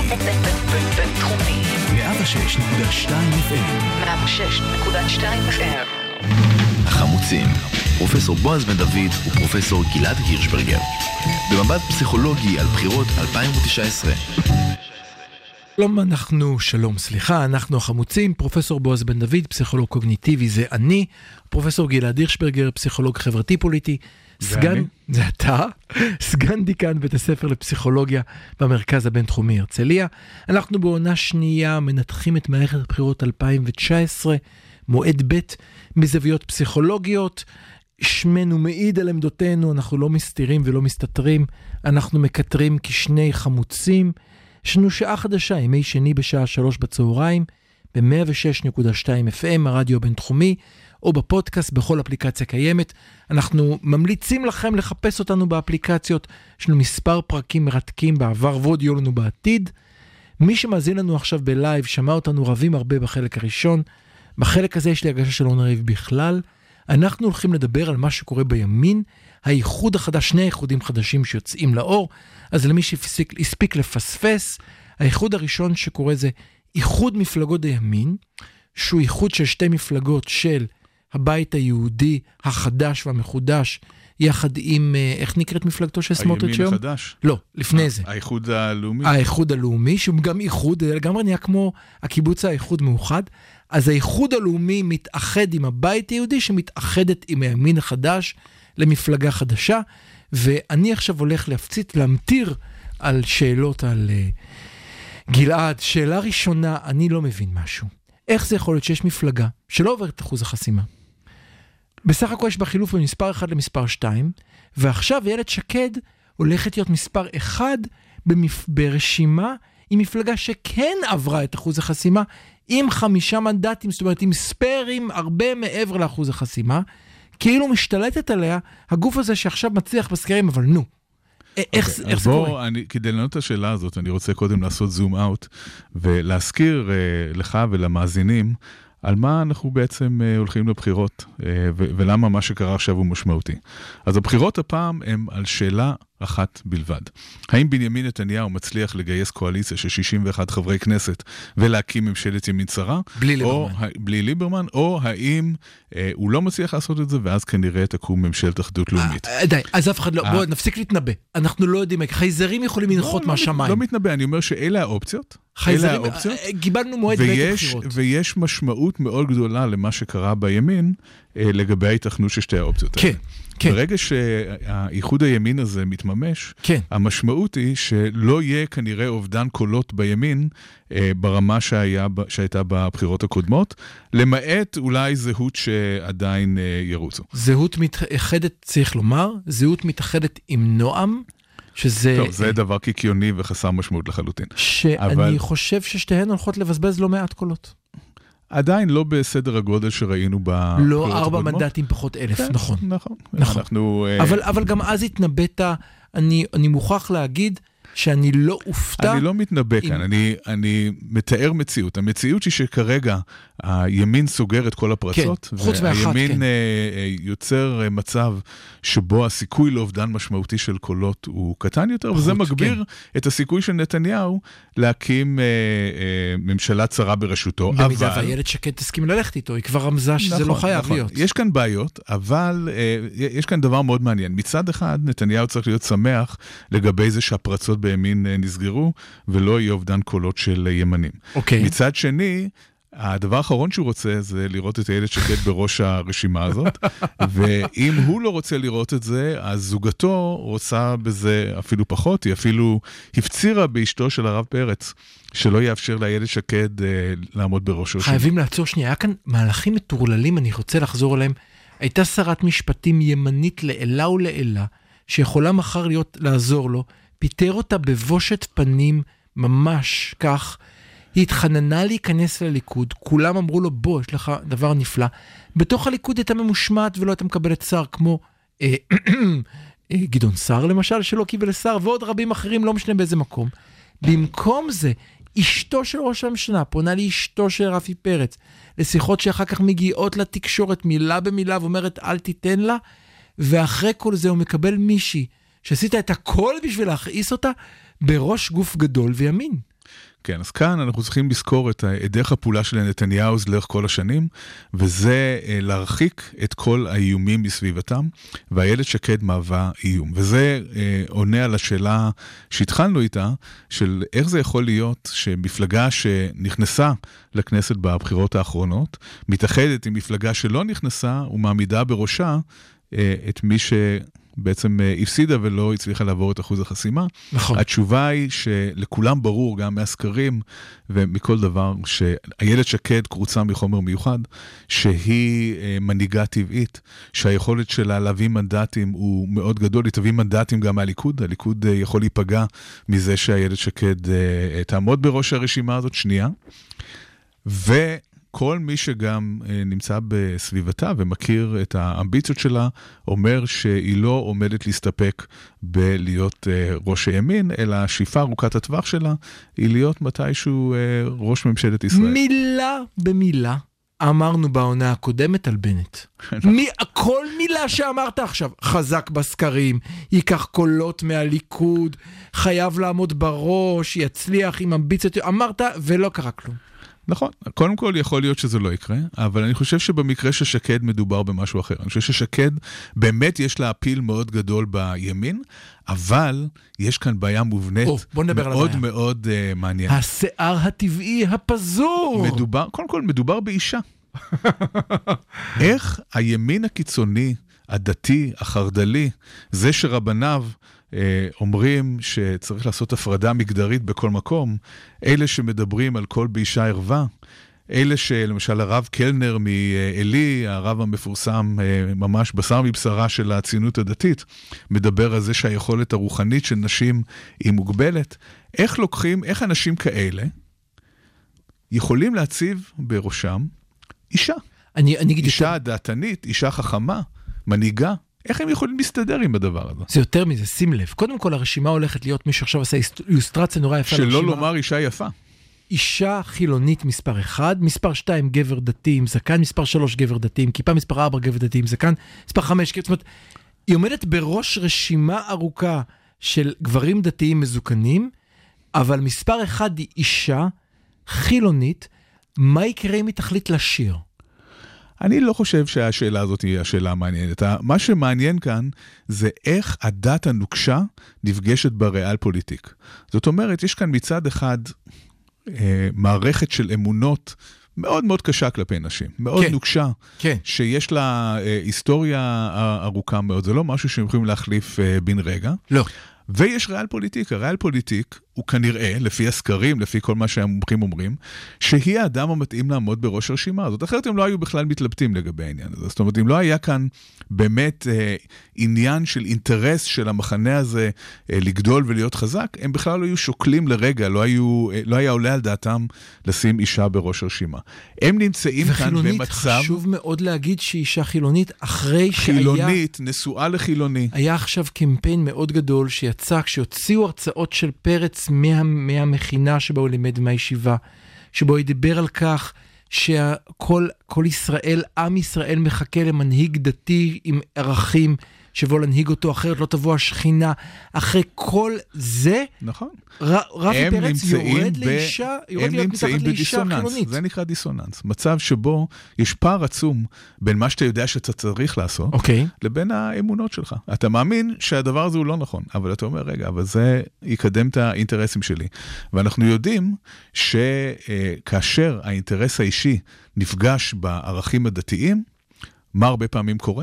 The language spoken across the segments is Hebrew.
בינתחומי 106.2 FM 106.2 FM. החמוצים, פרופסור בועז בן דוד ופרופסור גלעד הירשברגר במבט פסיכולוגי על בחירות 2019. אנחנו החמוצים, פרופסור בועז בן דוד, פסיכולוג קוגניטיבי, זה אני, פרופסור גלעד הירשברגר, פסיכולוג חברתי פוליטי, זה אתה, סגן דיקן בית הספר לפסיכולוגיה במרכז הבינתחומי הרצליה. אנחנו בעונה שנייה מנתחים את מערכת הבחירות 2019, מועד ב' מזוויות פסיכולוגיות. שמנו מעיד על עמדותינו, אנחנו לא מסתירים ולא מסתתרים, אנחנו מקטרים כשני חמוצים. יש לנו שעה חדשה, ימי שני בשעה 3 בצהריים, ב-106.2 FM, הרדיו הבינתחומי, או בפודקאסט בכל אפליקציה קיימת. אנחנו ממליצים לכם לחפש אותנו באפליקציות, יש לנו מספר פרקים מרתקים בעבר ועוד יהיו לנו בעתיד. מי שמאזין לנו עכשיו בלייב, שמע אותנו רבים הרבה בחלק הראשון, בחלק הזה יש לי הרגשה שלא נריב בכלל. אנחנו הולכים לדבר על מה שקורה בימין, האיחוד החדש, שני איחודים חדשים שיוצאים לאור, אז למי שהספיק לפספס, האיחוד הראשון שקורה זה איחוד מפלגות הימין, שהוא איחוד של שתי מפלגות של הבית היהודי החדש והמחודש, יחד עם, איך נקראת מפלגתו של סמוטריץ' היום? הימין החדש? לא, לפני זה. האיחוד הלאומי? האיחוד הלאומי, שהוא גם איחוד, לגמרי נהיה כמו הקיבוץ האיחוד מאוחד. אז האיחוד הלאומי מתאחד עם הבית היהודי, שמתאחדת עם הימין החדש למפלגה חדשה, ואני עכשיו הולך להפציץ, להמטיר על שאלות על גלעד. שאלה ראשונה, אני לא מבין משהו. איך זה יכול להיות שיש מפלגה שלא עוברת את אחוז החסימה? בסך הכל יש בה חילוף ממספר 1 למספר 2, ועכשיו איילת שקד הולכת להיות מספר 1 ברשימה עם מפלגה שכן עברה את אחוז החסימה, עם 5 מנדטים, זאת אומרת עם ספרים הרבה מעבר לאחוז החסימה, כאילו משתלטת עליה הגוף הזה שעכשיו מצליח בסקרים, אבל נו, איך זה קורה? כדי לענות את השאלה הזאת, אני רוצה קודם לעשות זום אאוט, ולהזכיר לך ולמאזינים, על מה אנחנו בעצם הולכים לבחירות, ולמה מה שקרה עכשיו הוא משמעותי. אז הבחירות הפעם הם על שאלה אחת בלבד. האם בנימין נתניהו מצליח לגייס קואליציה של 61 חברי כנסת ולהקים ממשלת ימין צרה? בלי ליברמן, או האם הוא לא מצליח לעשות את זה, ואז כנראה תקום ממשלת אחדות לאומית. די, אז אף אחד לא, בואו נפסיק להתנבא. אנחנו לא יודעים, חייזרים יכולים לנחות מהשמיים. לא מתנבא, אני אומר שאלה האופציות. גיבלנו מועד בית הבחירות. ויש משמעות מאוד גדולה למה שקרה בימין, לגבי ההתכנות של שתי האופציות האלה. כן. ברגע שהאיחוד הימין הזה מתממש, המשמעות היא שלא יהיה כנראה אובדן קולות בימין ברמה שהייתה בבחירות הקודמות, למעט אולי זהות שעדיין ירוצו. זהות מתאחדת, צריך לומר, זהות מתאחדת עם נועם, שזה... טוב, זה דבר קיקיוני וחסר משמעות לחלוטין. שאני חושב ששתיהן הולכות לבזבז לא מעט קולות. עדיין לא בסדר הגודל שראינו בבחירות הקודמות. לא 4 מנדטים פחות 1,000, נכון. נכון. אבל גם אז התנבאת, אני מוכרח להגיד שאני לא אופתע. אני לא מתנבא כאן, אני מתאר מציאות. המציאות היא שכרגע הימין סוגר את כל הפרצות, והימין יוצר מצב שבו הסיכוי לאובדן משמעותי של קולות הוא קטן יותר, וזה מגביר את הסיכוי של נתניהו להקים ממשלה צרה בראשותו. במידה ואיילת שקד תסכים ללכת איתו, היא כבר רמזה שזה לא חייב להיות. יש כאן בעיות, אבל יש כאן דבר מאוד מעניין. מצד אחד, נתניהו צריך להיות שמח לגבי זה שהפרצות בימין נסגרו, ולא יהיה אובדן קולות של ימנים. מצד שני, הדבר האחרון שהוא רוצה זה לראות את איילת שקד בראש הרשימה הזאת, ואם הוא לא רוצה לראות את זה, אז זוגתו רוצה בזה אפילו פחות, היא אפילו הפצירה באשתו של הרב פרץ, שלא יאפשר לאיילת שקד לעמוד בראש הרשימה. חייבים לעצור שנייה, היה כאן מהלכים מטורללים, אני רוצה לחזור עליהם, הייתה שרת משפטים ימנית לעילה ולעילה, שיכולה מחר לעזור לו, פיתר אותה בבושת פנים ממש כך, היא התחננה להיכנס לליכוד, כולם אמרו לו בוא, יש לך דבר נפלא, בתוך הליכוד הייתה ממושמעת ולא הייתה מקבלת שר, כמו גדעון שר למשל, שלא קיבל שר, ועוד רבים אחרים, לא משנה באיזה מקום. במקום זה, אשתו של ראש הממשלה, פונה לאשתו של רפי פרץ, לשיחות שאחר כך מגיעות לתקשורת מילה במילה, ואומרת אל תיתן לה, ואחרי כל זה הוא מקבל מישהי, שעשית את הכל בשביל להכעיס אותה, בראש גוף גדול וימין. כן, אז כאן אנחנו צריכים לזכור את דרך הפעולה של נתניהו לאורך כל השנים, וזה להרחיק את כל האיומים בסביבתם, ואיילת שקד מהווה איום. וזה עונה על השאלה שהתחלנו איתה, של איך זה יכול להיות שמפלגה שנכנסה לכנסת בבחירות האחרונות, מתאחדת עם מפלגה שלא נכנסה ומעמידה בראשה את מי בעצם הפסידה ולא הצליחה לעבור את אחוז החסימה. נכון. התשובה היא שלכולם ברור, גם מהסקרים ומכל דבר, שאיילת שקד קרוצה מחומר מיוחד, שהיא מנהיגה טבעית, שהיכולת שלה להביא מנדטים הוא מאוד גדול, היא תביא מנדטים גם מהליכוד, הליכוד יכול להיפגע מזה שאיילת שקד תעמוד בראש הרשימה הזאת שנייה, כל מי שגם נמצא בסביבתה ומכיר את האמביציות שלה, אומר שהיא לא עומדת להסתפק בלהיות ראש הימין, אלא השאיפה ארוכת הטווח שלה היא להיות מתישהו ראש ממשלת ישראל. מילה במילה אמרנו בעונה הקודמת על בנט. כל מילה שאמרת עכשיו, חזק בסקרים, ייקח קולות מהליכוד, חייב לעמוד בראש, יצליח עם אמביציות, אמרת ולא קרה כלום. נכון, קודם כל יכול להיות שזה לא יקרה, אבל אני חושב שבמקרה של שקד מדובר במשהו אחר. אני חושב ששקד באמת יש לה אפיל מאוד גדול בימין, אבל יש כאן בעיה מובנית מאוד מאוד מעניינת. השיער הטבעי הפזור. קודם כל מדובר באישה. איך הימין הקיצוני, הדתי, החרדלי, זה שרבניו אומרים שצריך לעשות הפרדה מגדרית בכל מקום, אלה שמדברים על כל באישה ערווה, אלה שלמשל הרב קלנר מאלי, הרב המפורסם ממש בשר מבשרה של הציונות הדתית, מדבר על זה שהיכולת הרוחנית של נשים היא מוגבלת. איך אנשים כאלה יכולים להציב בראשם אישה? אישה דעתנית, אישה חכמה, מנהיגה. איך הם יכולים להסתדר עם הדבר הזה? זה יותר מזה, שים לב. קודם כל, הרשימה הולכת להיות מי שעכשיו עשה אילוסטרציה נורא יפה. שלא לומר אישה יפה. אישה חילונית מספר 1, מספר 2 גבר דתי עם זקן, מספר 3 גבר דתי עם כיפה, מספר 4 גבר דתי עם זקן, מספר 5, זאת אומרת, היא עומדת בראש רשימה ארוכה של גברים דתיים מזוקנים, אבל מספר 1 היא אישה חילונית, מה יקרה אם היא תחליט לשיר? אני לא חושב שהשאלה הזאת היא השאלה המעניינת. מה שמעניין כאן זה איך הדת הנוקשה נפגשת בריאל פוליטיק. זאת אומרת, יש כאן מצד אחד מערכת של אמונות מאוד מאוד קשה כלפי נשים, מאוד נוקשה, שיש לה היסטוריה ארוכה מאוד. זה לא משהו שהם יכולים להחליף בן רגע. לא. ויש ריאל פוליטיק. הריאל פוליטיק הוא כנראה, לפי הסקרים, לפי כל מה שהמומחים אומרים, שהיא האדם המתאים לעמוד בראש הרשימה הזאת. אחרת הם לא היו בכלל מתלבטים לגבי העניין הזה. זאת אומרת, אם לא היה כאן באמת עניין של אינטרס של המחנה הזה לגדול ולהיות חזק, הם בכלל לא היו שוקלים לרגע, לא היה עולה על דעתם לשים אישה בראש הרשימה. הם נמצאים כאן במצב... חשוב מאוד להגיד שהיא אישה חילונית, אחרי שהיה... חילונית, נשואה לחילוני. היה עכשיו קמפיין מאוד גדול שיצא, כשהוציאו הרצאות של פרץ מהמכינה שבו הוא לימד מהישיבה, שבו הוא ידבר על כך שכל ישראל, עם ישראל מחכה למנהיג דתי עם ערכים, שבו להנהיג אותו, אחרת לא תבוא השכינה. אחרי כל זה, נכון. רפי פרץ יורד לאישה, הם נמצאים בדיסוננס, זה נקרא דיסוננס. מצב שבו יש פער עצום בין מה שאתה יודע שאתה צריך לעשות, לבין האמונות שלך. אתה מאמין שהדבר הזה הוא לא נכון, אבל אתה אומר, רגע, אבל זה יקדם את האינטרסים שלי. ואנחנו יודעים שכאשר האינטרס האישי נפגש בערכים הדתיים, מה הרבה פעמים קורה?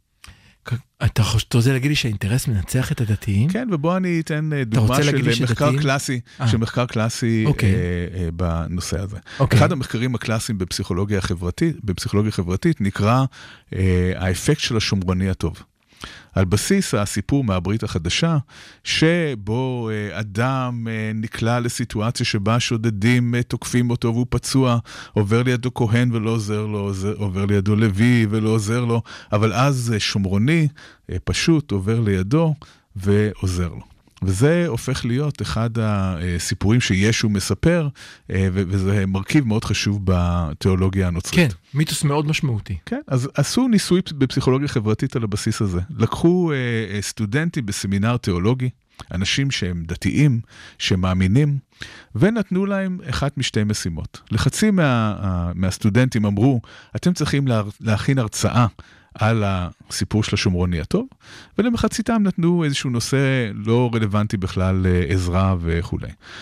אתה רוצה להגיד לי שהאינטרס מנצח את הדתיים? כן, ובוא אני אתן דוגמה של מחקר קלאסי בנושא הזה. אחד המחקרים הקלאסיים בפסיכולוגיה חברתית נקרא האפקט של השומרני הטוב. על בסיס הסיפור מהברית החדשה, שבו אדם נקלע לסיטואציה שבה שודדים תוקפים אותו והוא פצוע, עובר לידו כהן ולא עוזר לו, עובר לידו לוי ולא עוזר לו, אבל אז שומרוני פשוט עובר לידו ועוזר לו. וזה הופך להיות אחד הסיפורים שישו מספר, וזה מרכיב מאוד חשוב בתיאולוגיה הנוצרית. כן, מיתוס מאוד משמעותי. כן, אז עשו ניסוי בפסיכולוגיה חברתית על הבסיס הזה. לקחו סטודנטים בסמינר תיאולוגי, אנשים שהם דתיים, שמאמינים, ונתנו להם אחת משתי משימות. לחצי מהסטודנטים אמרו, אתם צריכים להכין הרצאה על הסיפור של השומרוני הטוב, ולמחציתם נתנו איזשהו נושא לא רלוונטי בכלל לעזרה וכו'.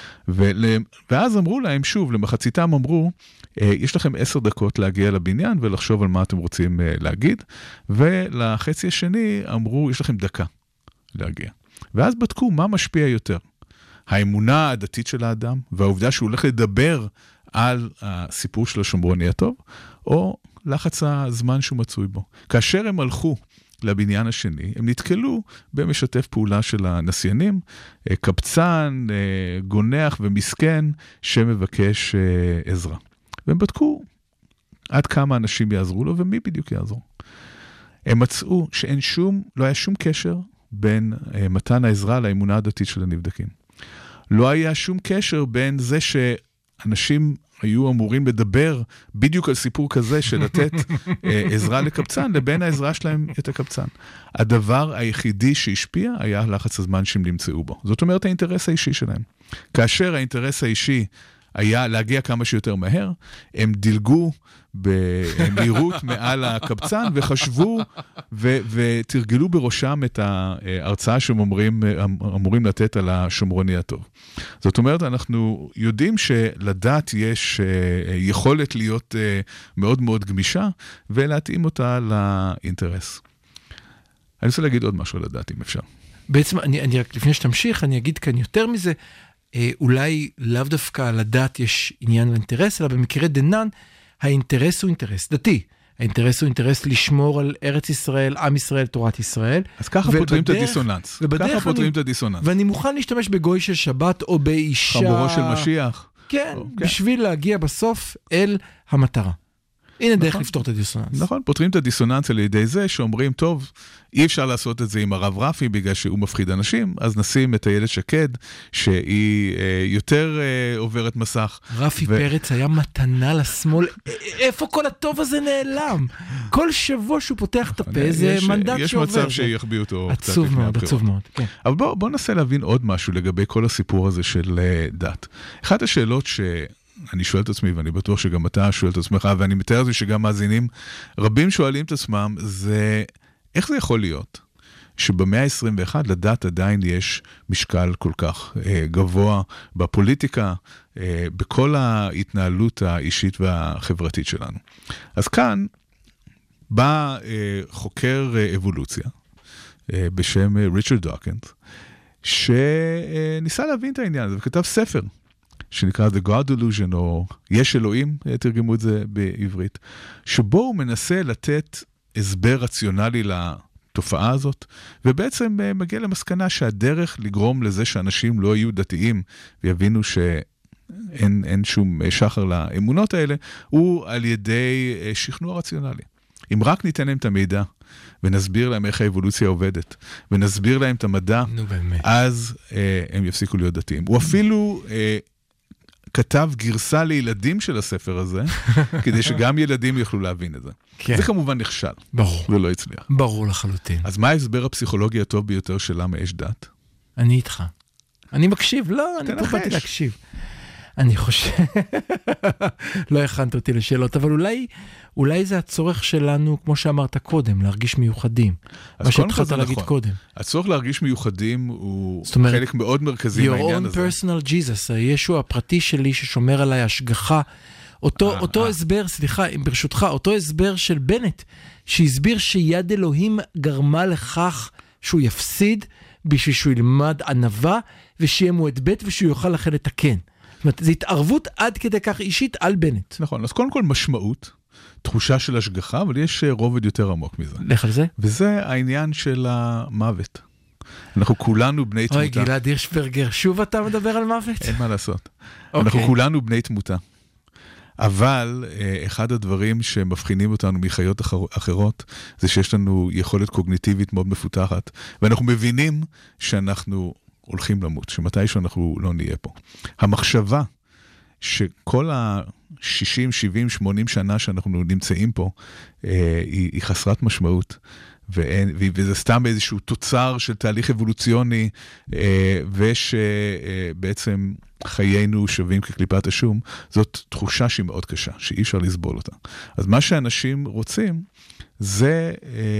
ואז אמרו להם, שוב, למחציתם אמרו, יש לכם 10 דקות להגיע לבניין ולחשוב על מה אתם רוצים להגיד, ולחצי השני אמרו, יש לכם דקה להגיע. ואז בדקו מה משפיע יותר. האמונה הדתית של האדם, והעובדה שהוא הולך לדבר על הסיפור של השומרוני הטוב, או לחץ הזמן שהוא מצוי בו. כאשר הם הלכו לבניין השני, הם נתקלו במשתף פעולה של הנסיינים, קבצן, גונח ומסכן, שמבקש עזרה. והם בדקו עד כמה אנשים יעזרו לו, ומי בדיוק יעזור. הם מצאו לא היה שום קשר בין מתן העזרה לאמונה הדתית של הנבדקים. לא היה שום קשר בין זה שאנשים היו אמורים לדבר בדיוק על סיפור כזה של לתת עזרה לקבצן, לבין העזרה שלהם את הקבצן. הדבר היחידי שהשפיע היה לחץ הזמן שהם נמצאו בו. זאת אומרת, האינטרס האישי שלהם. כאשר האינטרס האישי היה להגיע כמה שיותר מהר, הם דילגו במהירות מעל הקבצן, וחשבו ותרגלו בראשם את ההרצאה שהם אמורים לתת על השומרוני הטוב. זאת אומרת, אנחנו יודעים שלדת יש יכולת להיות מאוד מאוד גמישה, ולהתאים אותה לאינטרס. אני רוצה להגיד עוד משהו על הדת, אם אפשר. בעצם, אני רק לפני שתמשיך, אני אגיד כאן יותר מזה, אולי לאו דווקא לדת יש עניין לאינטרס, אלא במקרה דנן, האינטרס הוא אינטרס דתי. האינטרס הוא אינטרס לשמור על ארץ ישראל, עם ישראל, תורת ישראל. אז ככה פותרים את הדיסוננס. ככה פותרים את הדיסוננס. ואני מוכן להשתמש בגוי של שבת או באישה. חמורו של משיח. כן, בשביל להגיע בסוף אל המטרה. הנה דרך לפתור את הדיסוננס. נכון, פותרים את הדיסוננס על ידי זה שאומרים, טוב, אי אפשר לעשות את זה עם הרב רפי, בגלל שהוא מפחיד אנשים, אז נשים את הילד שקד, שהיא יותר עוברת מסך. רפי פרץ היה מתנה לשמאל, איפה כל הטוב הזה נעלם? כל שבוע שהוא פותח את הפה, זה מנדט שעובר. יש מצב שיחביא אותו. עצוב מאוד, עצוב מאוד. אבל בואו ננסה להבין עוד משהו לגבי כל הסיפור הזה של דת. אחת השאלות אני שואל את עצמי, ואני בטוח שגם אתה שואל את עצמך, ואני מתאר זה שגם מאזינים רבים שואלים את עצמם, זה איך זה יכול להיות שבמאה ה-21 לדת עדיין יש משקל כל כך גבוה בפוליטיקה, בכל ההתנהלות האישית והחברתית שלנו. אז כאן בא חוקר אבולוציה בשם ריצ'רד דוקינס, שניסה להבין את העניין הזה, וכתב ספר, שנקרא The God Delusion, או יש אלוהים, תרגמו את זה בעברית, שבו הוא מנסה לתת הסבר רציונלי לתופעה הזאת, ובעצם מגיע למסקנה שהדרך לגרום לזה שאנשים לא יהיו דתיים, ויבינו שאין שום שחר לאמונות האלה, הוא על ידי שכנוע רציונלי. אם רק ניתן להם את המידע, ונסביר להם איך האבולוציה עובדת, ונסביר להם את המדע, אז הם יפסיקו להיות דתיים. הוא אפילו כתב גרסה לילדים של הספר הזה, כדי שגם ילדים יוכלו להבין את זה. כן. זה כמובן נכשל. ברור. ולא הצליח. ברור לחלוטין. אז מה ההסבר הפסיכולוגי הטוב ביותר של למה יש דת? אני איתך. אני מקשיב, לא, אני פה באתי להקשיב. אני חושב, לא הכנת אותי לשאלות, אבל אולי זה הצורך שלנו, כמו שאמרת קודם, להרגיש מיוחדים. מה שהתחלת להגיד קודם. הצורך להרגיש מיוחדים הוא חלק מאוד מרכזי מהעניין הזה. Your own personal Jesus, הישוע הפרטי שלי ששומר עליי השגחה. אותו הסבר, סליחה, ברשותך, אותו הסבר של בנט, שהסביר שיד אלוהים גרמה לכך שהוא יפסיד, בשביל שהוא ילמד ענווה, ושיהיה מועד ב' ושהוא יוכל לכן לתקן. זאת אומרת, זו התערבות עד כדי כך אישית על בנט. נכון, אז קודם כל משמעות, תחושה של השגחה, אבל יש רובד יותר עמוק מזה. לך על זה? וזה העניין של המוות. אנחנו כולנו בני תמותה. אוי, גלעד הירשברגר, שוב אתה מדבר על מוות? אין מה לעשות. אנחנו כולנו בני תמותה. אבל אחד הדברים שמבחינים אותנו מחיות אחרות, זה שיש לנו יכולת קוגניטיבית מאוד מפותחת, ואנחנו מבינים שאנחנו הולכים למות, שמתישהו אנחנו לא נהיה פה. המחשבה שכל ה-60, 70, 80 שנה שאנחנו נמצאים פה, היא חסרת משמעות, וזה סתם איזשהו תוצר של תהליך אבולוציוני, ושבעצם חיינו שווים כקליפת השום, זאת תחושה שהיא מאוד קשה, שאי אפשר לסבול אותה. אז מה שאנשים רוצים, זה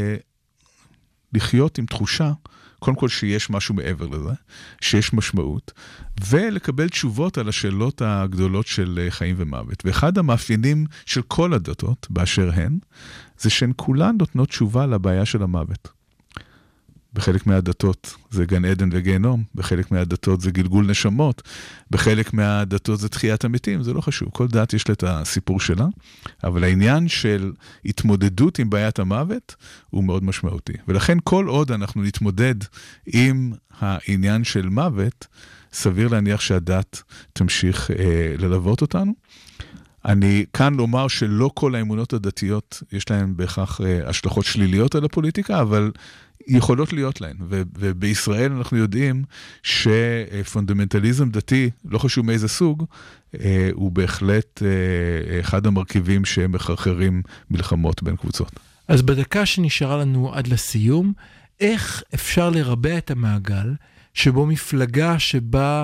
לחיות עם תחושה, קודם כל שיש משהו מעבר לזה, שיש משמעות, ולקבל תשובות על השאלות הגדולות של חיים ומוות. ואחד המאפיינים של כל הדתות, באשר הן, זה שהן כולן נותנות תשובה לבעיה של המוות. בחלק מהדתות זה גן עדן וגיהנום, בחלק מהדתות זה גלגול נשמות, בחלק מהדתות זה תחיית המתים, זה לא חשוב, כל דת יש לה את הסיפור שלה, אבל העניין של התמודדות עם בעיית המוות הוא מאוד משמעותי, ולכן כל עוד אנחנו נתמודד עם העניין של מוות, סביר להניח שהדת תמשיך ללוות אותנו. אני כאן לומר שלא כל האמונות הדתיות יש להן בהכרח השלכות שליליות על הפוליטיקה, אבל יכולות להיות להן, ובישראל אנחנו יודעים שפונדמנטליזם דתי, לא חשוב מאיזה סוג, הוא בהחלט אחד המרכיבים שהם מחרחרים מלחמות בין קבוצות. אז בדקה שנשארה לנו עד לסיום, איך אפשר לרבע את המעגל שבו מפלגה שבאה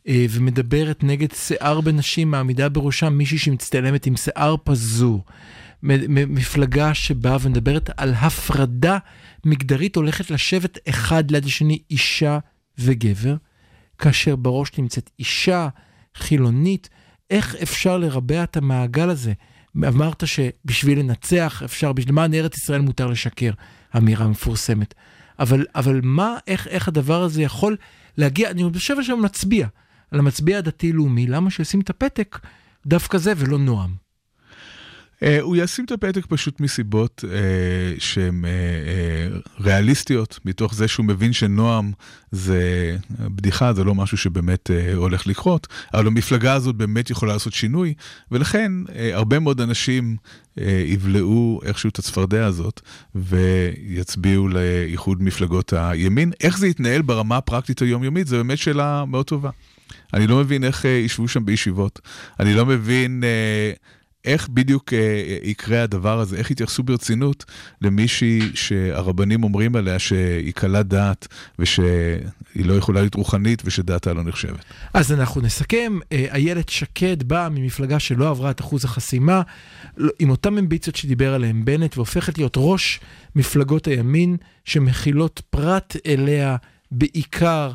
ומדברת נגד שיער בנשים, מעמידה בראשם מישהי שמצטלמת עם שיער פזור, מפלגה שבאה ומדברת על הפרדה מגדרית, הולכת לשבת אחד ליד השני, אישה וגבר, כאשר בראש נמצאת אישה חילונית. איך אפשר לרבע את המעגל הזה? אמרת שבשביל לנצח אפשר, בשביל מה ארץ ישראל מותר לשקר, אמירה מפורסמת. אבל מה, איך הדבר הזה יכול להגיע? אני חושב שם מצביע, על המצביע הדתי-לאומי, למה שישים את הפתק דווקא זה ולא נועם? הוא ישים את הפתק פשוט מסיבות שהן ריאליסטיות, מתוך זה שהוא מבין שנועם זה בדיחה, זה לא משהו שבאמת הולך לקרות, אבל המפלגה הזאת באמת יכולה לעשות שינוי, ולכן הרבה מאוד אנשים יבלעו איכשהו את הצפרדע הזאת, ויצביעו לאיחוד מפלגות הימין. איך זה יתנהל ברמה הפרקטית היומיומית? זו באמת שאלה מאוד טובה. אני לא מבין איך ישבו שם בישיבות, אני לא מבין איך בדיוק יקרה הדבר הזה, איך יתייחסו ברצינות למישהי שהרבנים אומרים עליה שהיא קלה דעת, ושהיא לא יכולה להיות רוחנית, ושדעתה לא נחשבת. אז אנחנו נסכם, איילת שקד באה ממפלגה שלא עברה את אחוז החסימה, עם אותם אמביציות שדיבר עליהם בנט, והופכת להיות ראש מפלגות הימין, שמכילות פרט אליה בעיקר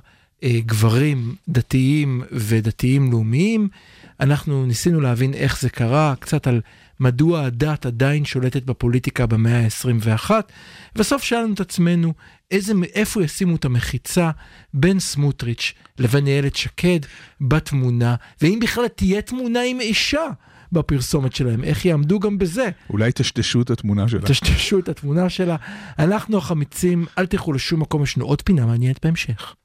גברים דתיים ודתיים לאומיים. אנחנו ניסינו להבין איך זה קרה, קצת על מדוע הדת עדיין שולטת בפוליטיקה במאה ה-21, ובסוף שאלנו את עצמנו איפה ישימו את המחיצה בין סמוטריץ' לבין איילת שקד בתמונה, ואם בכלל תהיה תמונה עם אישה בפרסומת שלהם, איך יעמדו גם בזה? אולי תשתשו את התמונה שלה. תשתשו את התמונה שלה. אנחנו החמיצים, אל תלכו לשום מקום, יש לנו עוד פינה מעניינת בהמשך.